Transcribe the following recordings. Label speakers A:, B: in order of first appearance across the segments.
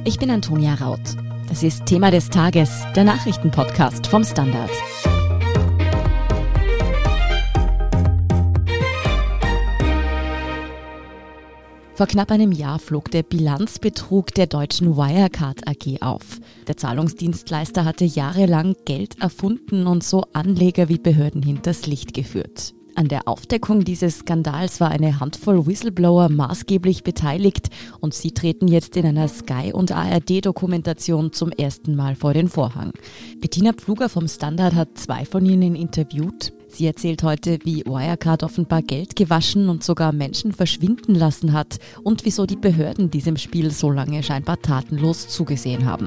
A: Ich bin Antonia Raut. Das ist Thema des Tages, der Nachrichtenpodcast vom Standard. Vor knapp einem Jahr flog der Bilanzbetrug der deutschen Wirecard AG auf. Der Zahlungsdienstleister hatte jahrelang Geld erfunden und so Anleger wie Behörden hinters Licht geführt. An der Aufdeckung dieses Skandals war eine Handvoll Whistleblower maßgeblich beteiligt und sie treten jetzt in einer Sky- und ARD-Dokumentation zum ersten Mal vor den Vorhang. Bettina Pfluger vom Standard hat 2 von ihnen interviewt. Sie erzählt heute, wie Wirecard offenbar Geld gewaschen und sogar Menschen verschwinden lassen hat und wieso die Behörden diesem Spiel so lange scheinbar tatenlos zugesehen haben.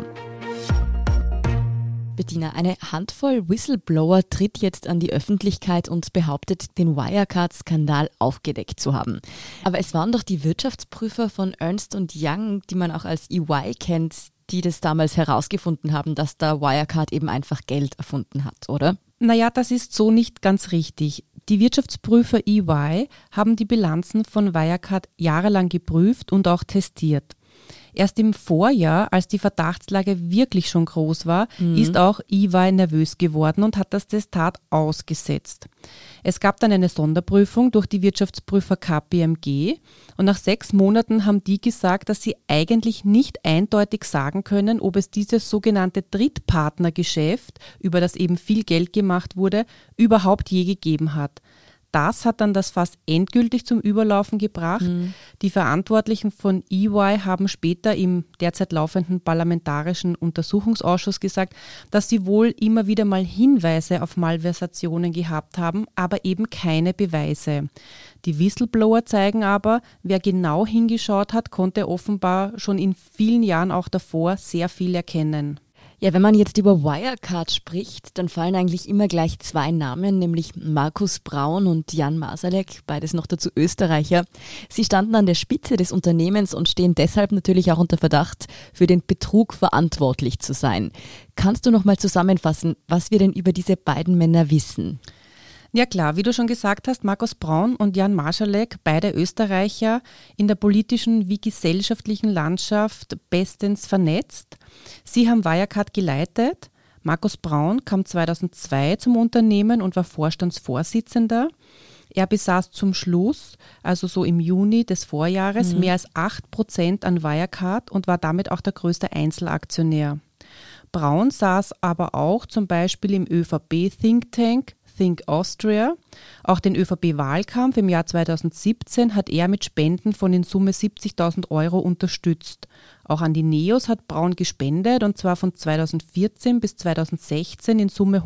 A: Bettina, eine Handvoll Whistleblower tritt jetzt an die Öffentlichkeit und behauptet, den Wirecard-Skandal aufgedeckt zu haben. Aber es waren doch die Wirtschaftsprüfer von Ernst & Young, die man auch als EY kennt, die das damals herausgefunden haben, dass da Wirecard eben einfach Geld erfunden hat, oder?
B: Naja, das ist so nicht ganz richtig. Die Wirtschaftsprüfer EY haben die Bilanzen von Wirecard jahrelang geprüft und auch testiert. Erst im Vorjahr, als die Verdachtslage wirklich schon groß war, ist auch EY nervös geworden und hat das Testat ausgesetzt. Es gab dann eine Sonderprüfung durch die Wirtschaftsprüfer KPMG und nach 6 Monaten haben die gesagt, dass sie eigentlich nicht eindeutig sagen können, ob es dieses sogenannte Drittpartnergeschäft, über das eben viel Geld gemacht wurde, überhaupt je gegeben hat. Das hat dann das Fass endgültig zum Überlaufen gebracht. Die Verantwortlichen von EY haben später im derzeit laufenden Parlamentarischen Untersuchungsausschuss gesagt, dass sie wohl immer wieder mal Hinweise auf Malversationen gehabt haben, aber eben keine Beweise. Die Whistleblower zeigen aber, wer genau hingeschaut hat, konnte offenbar schon in vielen Jahren auch davor sehr viel erkennen.
A: Ja, wenn man jetzt über Wirecard spricht, dann fallen eigentlich immer gleich 2 Namen, nämlich Markus Braun und Jan Marsalek, beides noch dazu Österreicher. Sie standen an der Spitze des Unternehmens und stehen deshalb natürlich auch unter Verdacht, für den Betrug verantwortlich zu sein. Kannst du noch mal zusammenfassen, was wir denn über diese beiden Männer wissen?
B: Ja klar, wie du schon gesagt hast, Markus Braun und Jan Marsalek, beide Österreicher, in der politischen wie gesellschaftlichen Landschaft bestens vernetzt. Sie haben Wirecard geleitet. Markus Braun kam 2002 zum Unternehmen und war Vorstandsvorsitzender. Er besaß zum Schluss, also so im Juni des Vorjahres, mehr als 8% an Wirecard und war damit auch der größte Einzelaktionär. Braun saß aber auch zum Beispiel im ÖVP-Think Tank Think Austria. Auch den ÖVP-Wahlkampf im Jahr 2017 hat er mit Spenden von in Summe 70.000 Euro unterstützt. Auch an die NEOS hat Braun gespendet und zwar von 2014 bis 2016 in Summe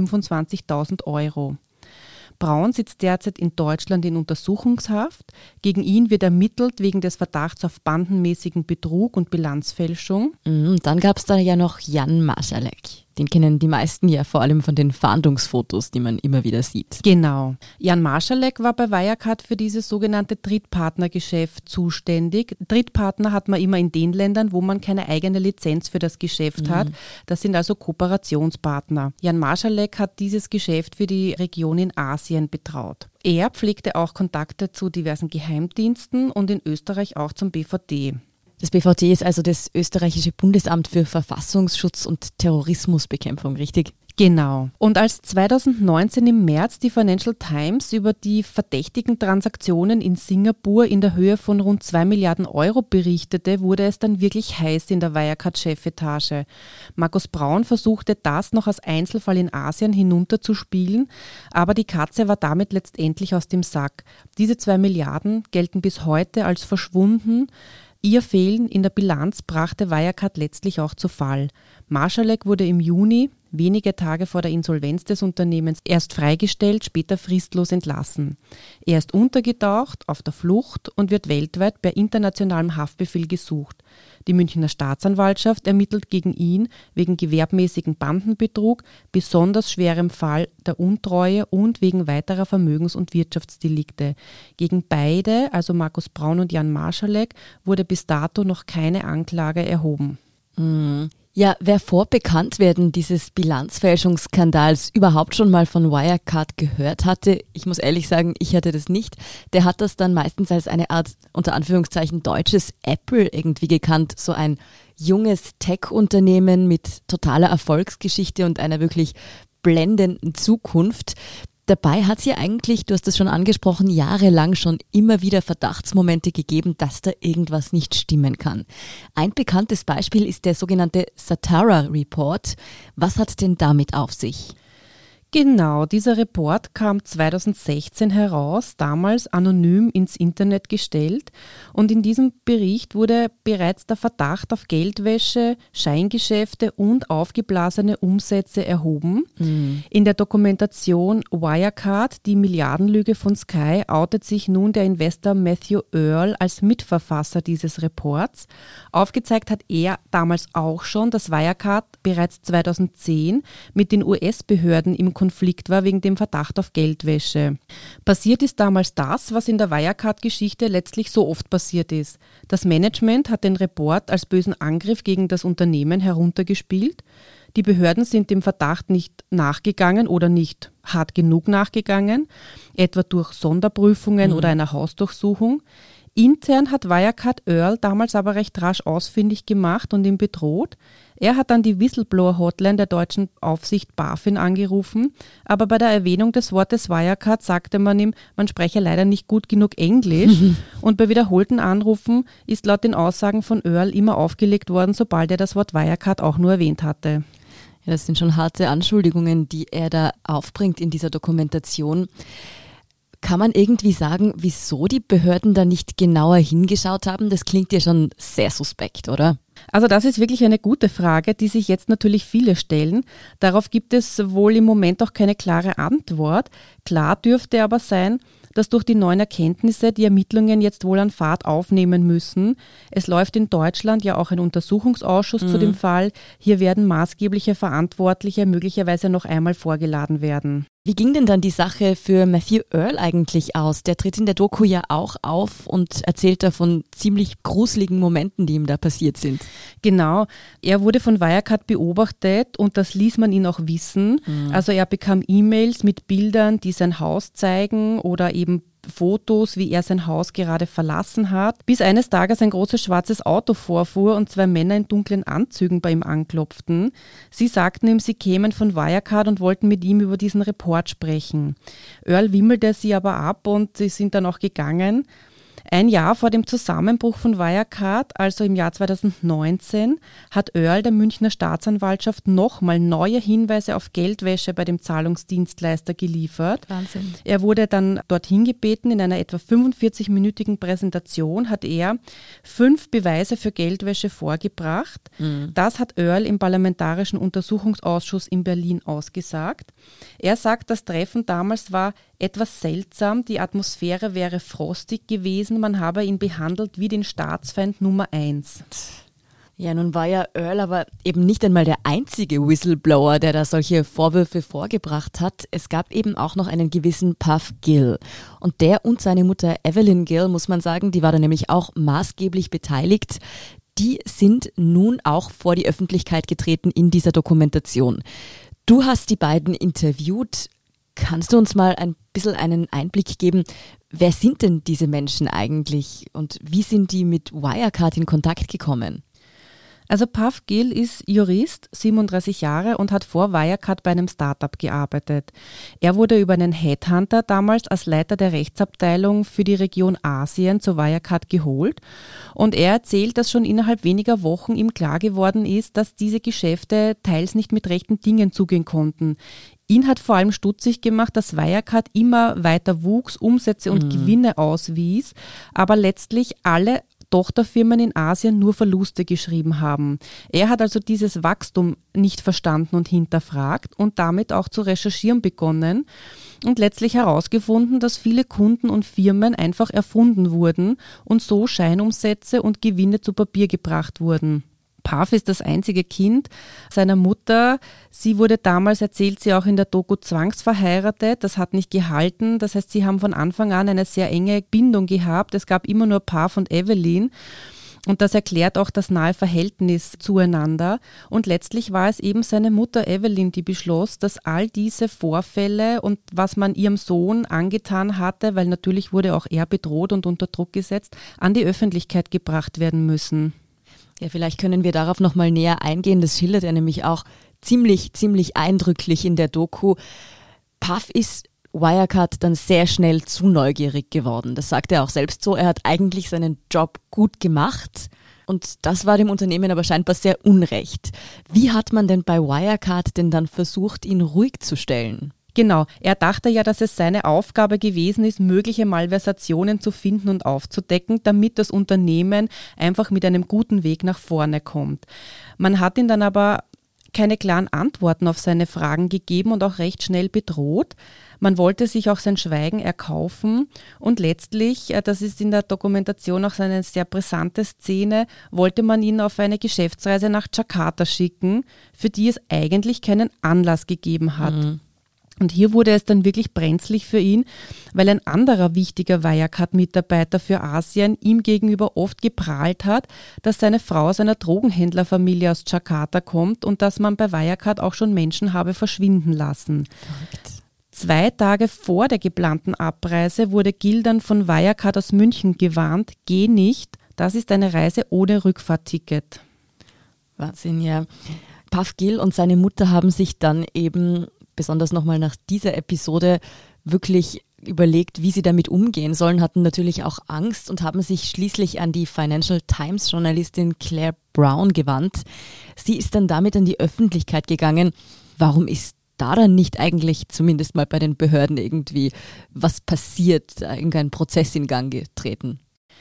B: 125.000 Euro. Braun sitzt derzeit in Deutschland in Untersuchungshaft. Gegen ihn wird ermittelt wegen des Verdachts auf bandenmäßigen Betrug und Bilanzfälschung.
A: Dann gab es da ja noch Jan Marsalek. Den kennen die meisten ja vor allem von den Fahndungsfotos, die man immer wieder sieht.
B: Genau. Jan Marsalek war bei Wirecard für dieses sogenannte Drittpartnergeschäft zuständig. Drittpartner hat man immer in den Ländern, wo man keine eigene Lizenz für das Geschäft hat. Das sind also Kooperationspartner. Jan Marsalek hat dieses Geschäft für die Region in Asien betraut. Er pflegte auch Kontakte zu diversen Geheimdiensten und in Österreich auch zum BVD.
A: Das BVD ist also das österreichische Bundesamt für Verfassungsschutz und Terrorismusbekämpfung, richtig?
B: Genau. Und als 2019 im März die Financial Times über die verdächtigen Transaktionen in Singapur in der Höhe von rund 2 Milliarden Euro berichtete, wurde es dann wirklich heiß in der Wirecard-Chefetage. Markus Braun versuchte das noch als Einzelfall in Asien hinunterzuspielen, aber die Katze war damit letztendlich aus dem Sack. Diese 2 Milliarden gelten bis heute als verschwunden. Ihr Fehlen in der Bilanz brachte Wirecard letztlich auch zu Fall. Marsalek wurde im Juni, wenige Tage vor der Insolvenz des Unternehmens, erst freigestellt, später fristlos entlassen. Er ist untergetaucht, auf der Flucht und wird weltweit per internationalem Haftbefehl gesucht. Die Münchner Staatsanwaltschaft ermittelt gegen ihn wegen gewerbmäßigen Bandenbetrug, besonders schwerem Fall der Untreue und wegen weiterer Vermögens- und Wirtschaftsdelikte. Gegen beide, also Markus Braun und Jan Marsalek, wurde bis dato noch keine Anklage erhoben.
A: Ja, wer vor Bekanntwerden dieses Bilanzfälschungsskandals überhaupt schon mal von Wirecard gehört hatte, ich muss ehrlich sagen, ich hatte das nicht, der hat das dann meistens als eine Art, unter Anführungszeichen, deutsches Apple irgendwie gekannt. So ein junges Tech-Unternehmen mit totaler Erfolgsgeschichte und einer wirklich blendenden Zukunft. Dabei hat es ja eigentlich, du hast es schon angesprochen, jahrelang schon immer wieder Verdachtsmomente gegeben, dass da irgendwas nicht stimmen kann. Ein bekanntes Beispiel ist der sogenannte Satara Report. Was hat denn damit auf sich?
B: Genau, dieser Report kam 2016 heraus, damals anonym ins Internet gestellt, und in diesem Bericht wurde bereits der Verdacht auf Geldwäsche, Scheingeschäfte und aufgeblasene Umsätze erhoben. In der Dokumentation Wirecard, die Milliardenlüge von Sky, outet sich nun der Investor Matthew Earl als Mitverfasser dieses Reports. Aufgezeigt hat er damals auch schon, dass Wirecard bereits 2010 mit den US-Behörden im Konflikt war wegen dem Verdacht auf Geldwäsche. Passiert ist damals das, was in der Wirecard-Geschichte letztlich so oft passiert ist. Das Management hat den Report als bösen Angriff gegen das Unternehmen heruntergespielt. Die Behörden sind dem Verdacht nicht nachgegangen oder nicht hart genug nachgegangen, etwa durch Sonderprüfungen oder einer Hausdurchsuchung. Intern hat Wirecard Earl damals aber recht rasch ausfindig gemacht und ihn bedroht. Er hat dann die Whistleblower-Hotline der deutschen Aufsicht BaFin angerufen, aber bei der Erwähnung des Wortes Wirecard sagte man ihm, man spreche leider nicht gut genug Englisch und bei wiederholten Anrufen ist laut den Aussagen von Earl immer aufgelegt worden, sobald er das Wort Wirecard auch nur erwähnt hatte.
A: Ja, das sind schon harte Anschuldigungen, die er da aufbringt in dieser Dokumentation. Kann man irgendwie sagen, wieso die Behörden da nicht genauer hingeschaut haben? Das klingt ja schon sehr suspekt, oder?
B: Also das ist wirklich eine gute Frage, die sich jetzt natürlich viele stellen. Darauf gibt es wohl im Moment auch keine klare Antwort. Klar dürfte aber sein, dass durch die neuen Erkenntnisse die Ermittlungen jetzt wohl an Fahrt aufnehmen müssen. Es läuft in Deutschland ja auch ein Untersuchungsausschuss zu dem Fall. Hier werden maßgebliche Verantwortliche möglicherweise noch einmal vorgeladen werden.
A: Wie ging denn dann die Sache für Matthew Earl eigentlich aus? Der tritt in der Doku ja auch auf und erzählt da von ziemlich gruseligen Momenten, die ihm da passiert sind.
B: Genau, er wurde von Wirecard beobachtet und das ließ man ihn auch wissen. Also er bekam E-Mails mit Bildern, die sein Haus zeigen oder eben Fotos, wie er sein Haus gerade verlassen hat, bis eines Tages ein großes schwarzes Auto vorfuhr und zwei Männer in dunklen Anzügen bei ihm anklopften. Sie sagten ihm, sie kämen von Wirecard und wollten mit ihm über diesen Report sprechen. Earl wimmelte sie aber ab und sie sind dann auch gegangen. Ein Jahr vor dem Zusammenbruch von Wirecard, also im Jahr 2019, hat Earl der Münchner Staatsanwaltschaft nochmal neue Hinweise auf Geldwäsche bei dem Zahlungsdienstleister geliefert.
A: Wahnsinn.
B: Er wurde dann dorthin gebeten. In einer etwa 45-minütigen Präsentation hat er 5 Beweise für Geldwäsche vorgebracht. Das hat Earl im Parlamentarischen Untersuchungsausschuss in Berlin ausgesagt. Er sagt, das Treffen damals war etwas seltsam, die Atmosphäre wäre frostig gewesen, man habe ihn behandelt wie den Staatsfeind Nummer 1.
A: Ja, nun war ja Earl aber eben nicht einmal der einzige Whistleblower, der da solche Vorwürfe vorgebracht hat. Es gab eben auch noch einen gewissen Puff Gill. Und der und seine Mutter Evelyn Gill, muss man sagen, die war da nämlich auch maßgeblich beteiligt. Die sind nun auch vor die Öffentlichkeit getreten in dieser Dokumentation. Du hast die beiden interviewt. Kannst du uns mal ein bisschen einen Einblick geben, wer sind denn diese Menschen eigentlich und wie sind die mit Wirecard in Kontakt gekommen?
B: Also Puff Gill ist Jurist, 37 Jahre und hat vor Wirecard bei einem Startup gearbeitet. Er wurde über einen Headhunter damals als Leiter der Rechtsabteilung für die Region Asien zu Wirecard geholt und er erzählt, dass schon innerhalb weniger Wochen ihm klar geworden ist, dass diese Geschäfte teils nicht mit rechten Dingen zugehen konnten. Ihn hat vor allem stutzig gemacht, dass Wirecard immer weiter wuchs, Umsätze und Gewinne auswies, aber letztlich alle Tochterfirmen in Asien nur Verluste geschrieben haben. Er hat also dieses Wachstum nicht verstanden und hinterfragt und damit auch zu recherchieren begonnen und letztlich herausgefunden, dass viele Kunden und Firmen einfach erfunden wurden und so Scheinumsätze und Gewinne zu Papier gebracht wurden. Puff ist das einzige Kind seiner Mutter. Sie wurde damals, erzählt sie auch in der Doku, zwangsverheiratet. Das hat nicht gehalten. Das heißt, sie haben von Anfang an eine sehr enge Bindung gehabt. Es gab immer nur Puff und Evelyn. Und das erklärt auch das nahe Verhältnis zueinander. Und letztlich war es eben seine Mutter Evelyn, die beschloss, dass all diese Vorfälle und was man ihrem Sohn angetan hatte, weil natürlich wurde auch er bedroht und unter Druck gesetzt, an die Öffentlichkeit gebracht werden müssen.
A: Ja, vielleicht können wir darauf nochmal näher eingehen. Das schildert er nämlich auch ziemlich eindrücklich in der Doku. Puff ist Wirecard dann sehr schnell zu neugierig geworden. Das sagt er auch selbst so. Er hat eigentlich seinen Job gut gemacht und das war dem Unternehmen aber scheinbar sehr unrecht. Wie hat man denn bei Wirecard denn dann versucht, ihn ruhig zu stellen?
B: Genau, er dachte ja, dass es seine Aufgabe gewesen ist, mögliche Malversationen zu finden und aufzudecken, damit das Unternehmen einfach mit einem guten Weg nach vorne kommt. Man hat ihn dann aber keine klaren Antworten auf seine Fragen gegeben und auch recht schnell bedroht. Man wollte sich auch sein Schweigen erkaufen und letztlich, das ist in der Dokumentation auch eine sehr brisante Szene, wollte man ihn auf eine Geschäftsreise nach Jakarta schicken, für die es eigentlich keinen Anlass gegeben hat. Und hier wurde es dann wirklich brenzlig für ihn, weil ein anderer wichtiger Wirecard-Mitarbeiter für Asien ihm gegenüber oft geprahlt hat, dass seine Frau aus einer Drogenhändlerfamilie aus Jakarta kommt und dass man bei Wirecard auch schon Menschen habe verschwinden lassen.
A: Verrückt.
B: 2 Tage vor der geplanten Abreise wurde Gill dann von Wirecard aus München gewarnt, geh nicht, das ist eine Reise ohne Rückfahrtticket.
A: Wahnsinn, ja. Puff Gill und seine Mutter haben sich dann eben besonders nochmal nach dieser Episode wirklich überlegt, wie sie damit umgehen sollen, hatten natürlich auch Angst und haben sich schließlich an die Financial Times Journalistin Claire Brown gewandt. Sie ist dann damit an die Öffentlichkeit gegangen. Warum ist da dann nicht eigentlich zumindest mal bei den Behörden irgendwie was passiert, irgendein Prozess in Gang getreten?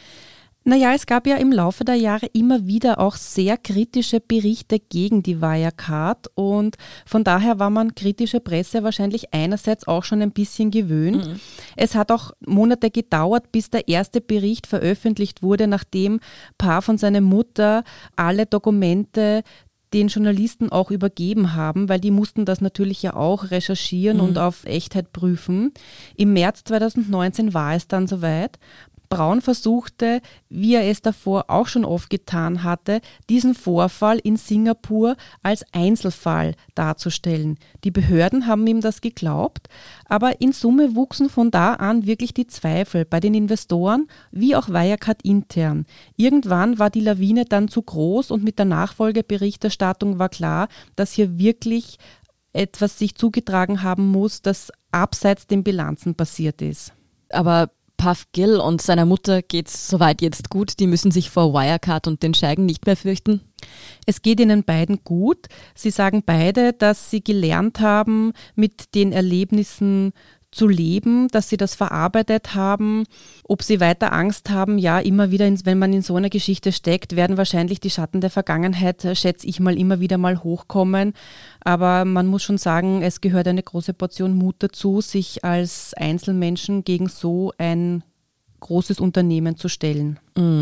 B: Naja, es gab ja im Laufe der Jahre immer wieder auch sehr kritische Berichte gegen die Wirecard und von daher war man kritische Presse wahrscheinlich einerseits auch schon ein bisschen gewöhnt. Es hat auch Monate gedauert, bis der erste Bericht veröffentlicht wurde, nachdem Puff und seine Mutter alle Dokumente den Journalisten auch übergeben haben, weil die mussten das natürlich ja auch recherchieren und auf Echtheit prüfen. Im März 2019 war es dann soweit. Brown versuchte, wie er es davor auch schon oft getan hatte, diesen Vorfall in Singapur als Einzelfall darzustellen. Die Behörden haben ihm das geglaubt, aber in Summe wuchsen von da an wirklich die Zweifel bei den Investoren wie auch Wirecard intern. Irgendwann war die Lawine dann zu groß und mit der Nachfolgeberichterstattung war klar, dass hier wirklich etwas sich zugetragen haben muss, das abseits den Bilanzen passiert ist.
A: Aber Puff Gill und seiner Mutter geht's soweit jetzt gut. Die müssen sich vor Wirecard und den Scheigen nicht mehr fürchten.
B: Es geht ihnen beiden gut. Sie sagen beide, dass sie gelernt haben, mit den Erlebnissen zu leben, dass sie das verarbeitet haben. Ob sie weiter Angst haben, ja, immer wieder, wenn man in so einer Geschichte steckt, werden wahrscheinlich die Schatten der Vergangenheit, schätze ich mal, immer wieder mal hochkommen. Aber man muss schon sagen, es gehört eine große Portion Mut dazu, sich als Einzelmenschen gegen so ein großes Unternehmen zu stellen.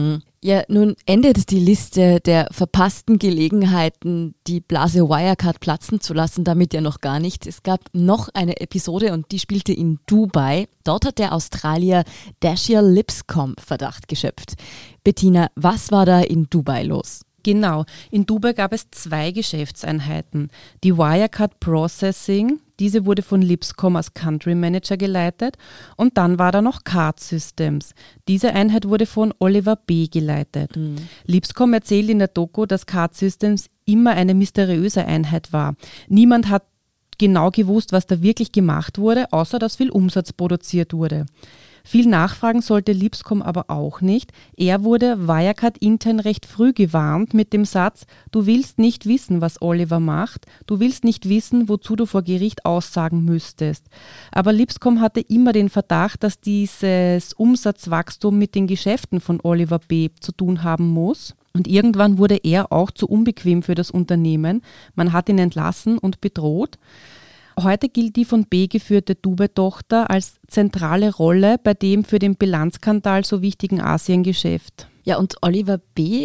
A: Ja, nun endet die Liste der verpassten Gelegenheiten, die Blase Wirecard platzen zu lassen, damit ja noch gar nicht. Es gab noch eine Episode und die spielte in Dubai. Dort hat der Australier Dashiell Lipscomb Verdacht geschöpft. Bettina, was war da in Dubai los?
B: Genau, in Dubai gab es 2 Geschäftseinheiten. Die Wirecard Processing, diese wurde von Lipscomb als Country Manager geleitet und dann war da noch Card Systems. Diese Einheit wurde von Oliver B. geleitet. Lipscomb erzählt in der Doku, dass Card Systems immer eine mysteriöse Einheit war. Niemand hat genau gewusst, was da wirklich gemacht wurde, außer dass viel Umsatz produziert wurde. Viel nachfragen sollte Lipscomb aber auch nicht. Er wurde Wirecard intern recht früh gewarnt mit dem Satz, du willst nicht wissen, was Oliver macht, du willst nicht wissen, wozu du vor Gericht aussagen müsstest. Aber Lipscomb hatte immer den Verdacht, dass dieses Umsatzwachstum mit den Geschäften von Oliver B. zu tun haben muss. Und irgendwann wurde er auch zu unbequem für das Unternehmen. Man hat ihn entlassen und bedroht. Heute gilt die von B geführte Dubai-Tochter als zentrale Rolle bei dem für den Bilanzskandal so wichtigen Asiengeschäft.
A: Ja, und Oliver B.,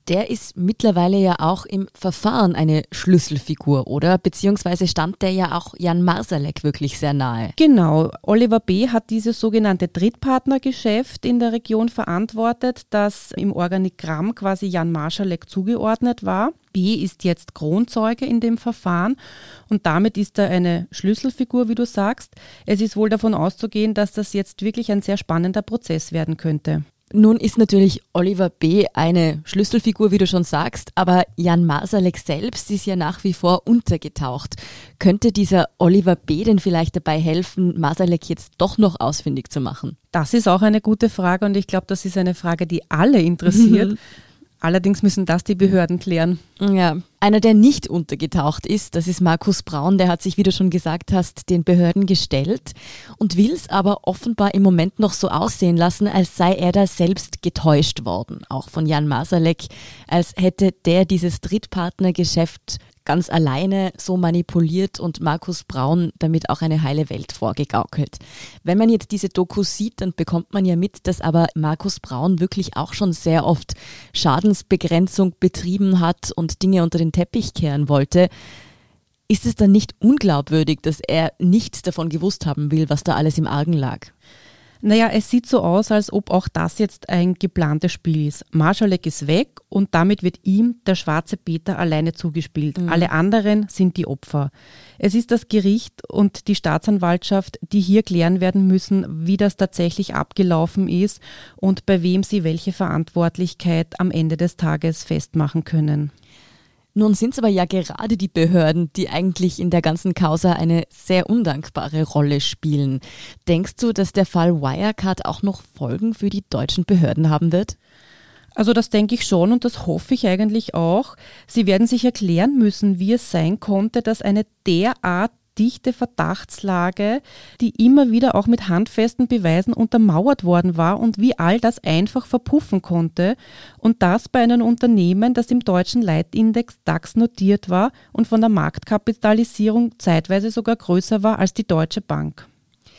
A: Der ist mittlerweile ja auch im Verfahren eine Schlüsselfigur, oder? Beziehungsweise stand der ja auch Jan Marsalek wirklich sehr nahe.
B: Genau. Oliver B. hat dieses sogenannte Drittpartnergeschäft in der Region verantwortet, das im Organigramm quasi Jan Marsalek zugeordnet war. B. ist jetzt Kronzeuge in dem Verfahren und damit ist er eine Schlüsselfigur, wie du sagst. Es ist wohl davon auszugehen, dass das jetzt wirklich ein sehr spannender Prozess werden könnte.
A: Nun ist natürlich Oliver B. eine Schlüsselfigur, wie du schon sagst, aber Jan Marsalek selbst ist ja nach wie vor untergetaucht. Könnte dieser Oliver B. denn vielleicht dabei helfen, Marsalek jetzt doch noch ausfindig zu machen?
B: Das ist auch eine gute Frage und ich glaube, das ist eine Frage, die alle interessiert. Allerdings müssen das die Behörden klären.
A: Ja, einer, der nicht untergetaucht ist, das ist Markus Braun, der hat sich, wie du schon gesagt hast, den Behörden gestellt und will es aber offenbar im Moment noch so aussehen lassen, als sei er da selbst getäuscht worden, auch von Jan Marsalek, als hätte der dieses Drittpartnergeschäft ganz alleine so manipuliert und Markus Braun damit auch eine heile Welt vorgegaukelt. Wenn man jetzt diese Doku sieht, dann bekommt man ja mit, dass aber Markus Braun wirklich auch schon sehr oft Schadensbegrenzung betrieben hat und Dinge unter den Teppich kehren wollte. Ist es dann nicht unglaubwürdig, dass er nichts davon gewusst haben will, was da alles im Argen lag?
B: Naja, es sieht so aus, als ob auch das jetzt ein geplantes Spiel ist. Marsalek ist weg und damit wird ihm der schwarze Peter alleine zugespielt. Alle anderen sind die Opfer. Es ist das Gericht und die Staatsanwaltschaft, die hier klären werden müssen, wie das tatsächlich abgelaufen ist und bei wem sie welche Verantwortlichkeit am Ende des Tages festmachen können.
A: Nun sind es aber ja gerade die Behörden, die eigentlich in der ganzen Causa eine sehr undankbare Rolle spielen. Denkst du, dass der Fall Wirecard auch noch Folgen für die deutschen Behörden haben wird?
B: Also das denke ich schon und das hoffe ich eigentlich auch. Sie werden sich erklären müssen, wie es sein konnte, dass eine derart dichte Verdachtslage, die immer wieder auch mit handfesten Beweisen untermauert worden war und wie all das einfach verpuffen konnte und das bei einem Unternehmen, das im deutschen Leitindex DAX notiert war und von der Marktkapitalisierung zeitweise sogar größer war als die Deutsche Bank.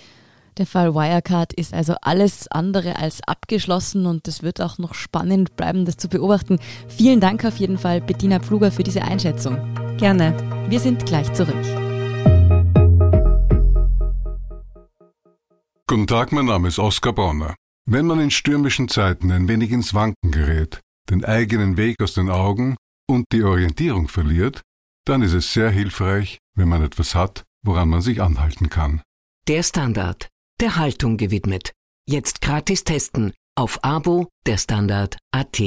A: Der Fall Wirecard ist also alles andere als abgeschlossen und es wird auch noch spannend bleiben, das zu beobachten. Vielen Dank auf jeden Fall, Bettina Pfluger, für diese Einschätzung.
B: Gerne.
A: Wir sind gleich zurück.
C: Guten Tag, mein Name ist Oskar Bronner. Wenn man in stürmischen Zeiten ein wenig ins Wanken gerät, den eigenen Weg aus den Augen und die Orientierung verliert, dann ist es sehr hilfreich, wenn man etwas hat, woran man sich anhalten kann.
D: Der Standard, der Haltung gewidmet. Jetzt gratis testen auf Abo der Standard.at.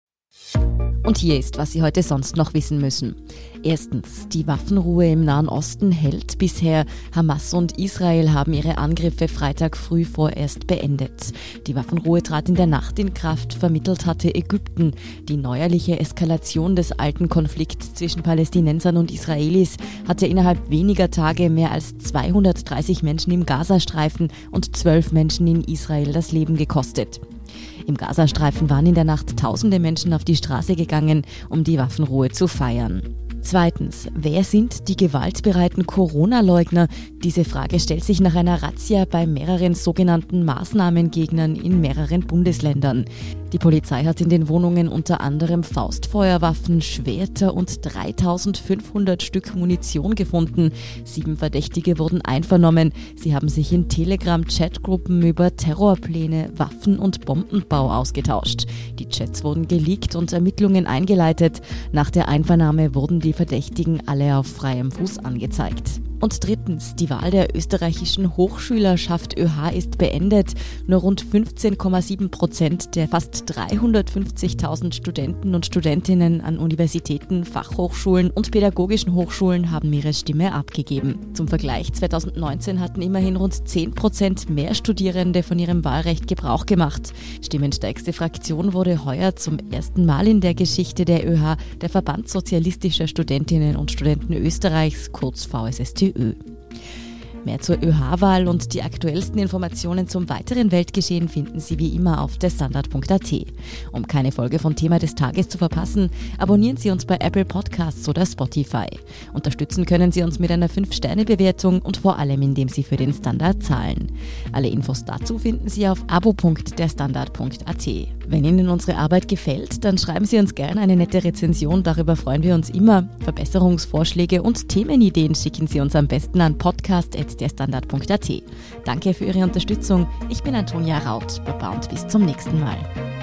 A: Und hier ist, was Sie heute sonst noch wissen müssen. Erstens, die Waffenruhe im Nahen Osten hält bisher. Hamas und Israel haben ihre Angriffe Freitag früh vorerst beendet. Die Waffenruhe trat in der Nacht in Kraft, vermittelt hatte Ägypten. Die neuerliche Eskalation des alten Konflikts zwischen Palästinensern und Israelis hatte innerhalb weniger Tage mehr als 230 Menschen im Gazastreifen und 12 Menschen in Israel das Leben gekostet. Im Gazastreifen waren in der Nacht tausende Menschen auf die Straße gegangen, um die Waffenruhe zu feiern. Zweitens, wer sind die gewaltbereiten Corona-Leugner? Diese Frage stellt sich nach einer Razzia bei mehreren sogenannten Maßnahmengegnern in mehreren Bundesländern. Die Polizei hat in den Wohnungen unter anderem Faustfeuerwaffen, Schwerter und 3.500 Stück Munition gefunden. 7 Verdächtige wurden einvernommen. Sie haben sich in Telegram-Chatgruppen über Terrorpläne, Waffen und Bombenbau ausgetauscht. Die Chats wurden geleakt und Ermittlungen eingeleitet. Nach der Einvernahme wurden die Verdächtigen alle auf freiem Fuß angezeigt. Und drittens, die Wahl der österreichischen Hochschülerschaft ÖH ist beendet. Nur rund 15,7% der fast 350.000 Studenten und Studentinnen an Universitäten, Fachhochschulen und pädagogischen Hochschulen haben ihre Stimme abgegeben. Zum Vergleich, 2019 hatten immerhin rund 10% mehr Studierende von ihrem Wahlrecht Gebrauch gemacht. Stimmenstärkste Fraktion wurde heuer zum ersten Mal in der Geschichte der ÖH der Verband Sozialistischer Studentinnen und Studenten Österreichs, kurz VSSTÖ. Mehr zur ÖH-Wahl und die aktuellsten Informationen zum weiteren Weltgeschehen finden Sie wie immer auf derstandard.at. Um keine Folge von Thema des Tages zu verpassen, abonnieren Sie uns bei Apple Podcasts oder Spotify. Unterstützen können Sie uns mit einer 5-Sterne-Bewertung und vor allem, indem Sie für den Standard zahlen. Alle Infos dazu finden Sie auf abo.derstandard.at. Wenn Ihnen unsere Arbeit gefällt, dann schreiben Sie uns gerne eine nette Rezension, darüber freuen wir uns immer. Verbesserungsvorschläge und Themenideen schicken Sie uns am besten an podcast@derstandard.at. Danke für Ihre Unterstützung. Ich bin Antonia Raut. Baba und bis zum nächsten Mal.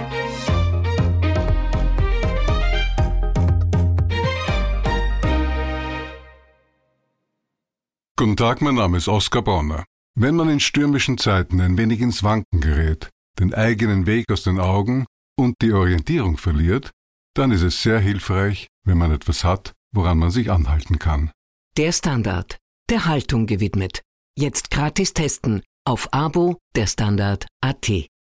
C: Guten Tag, mein Name ist Oskar Bonner. Wenn man in stürmischen Zeiten ein wenig ins Wanken gerät, den eigenen Weg aus den Augen und die Orientierung verliert, dann ist es sehr hilfreich, wenn man etwas hat, woran man sich anhalten kann.
D: Der Standard, der Haltung gewidmet. Jetzt gratis testen auf Abo der Standard.at.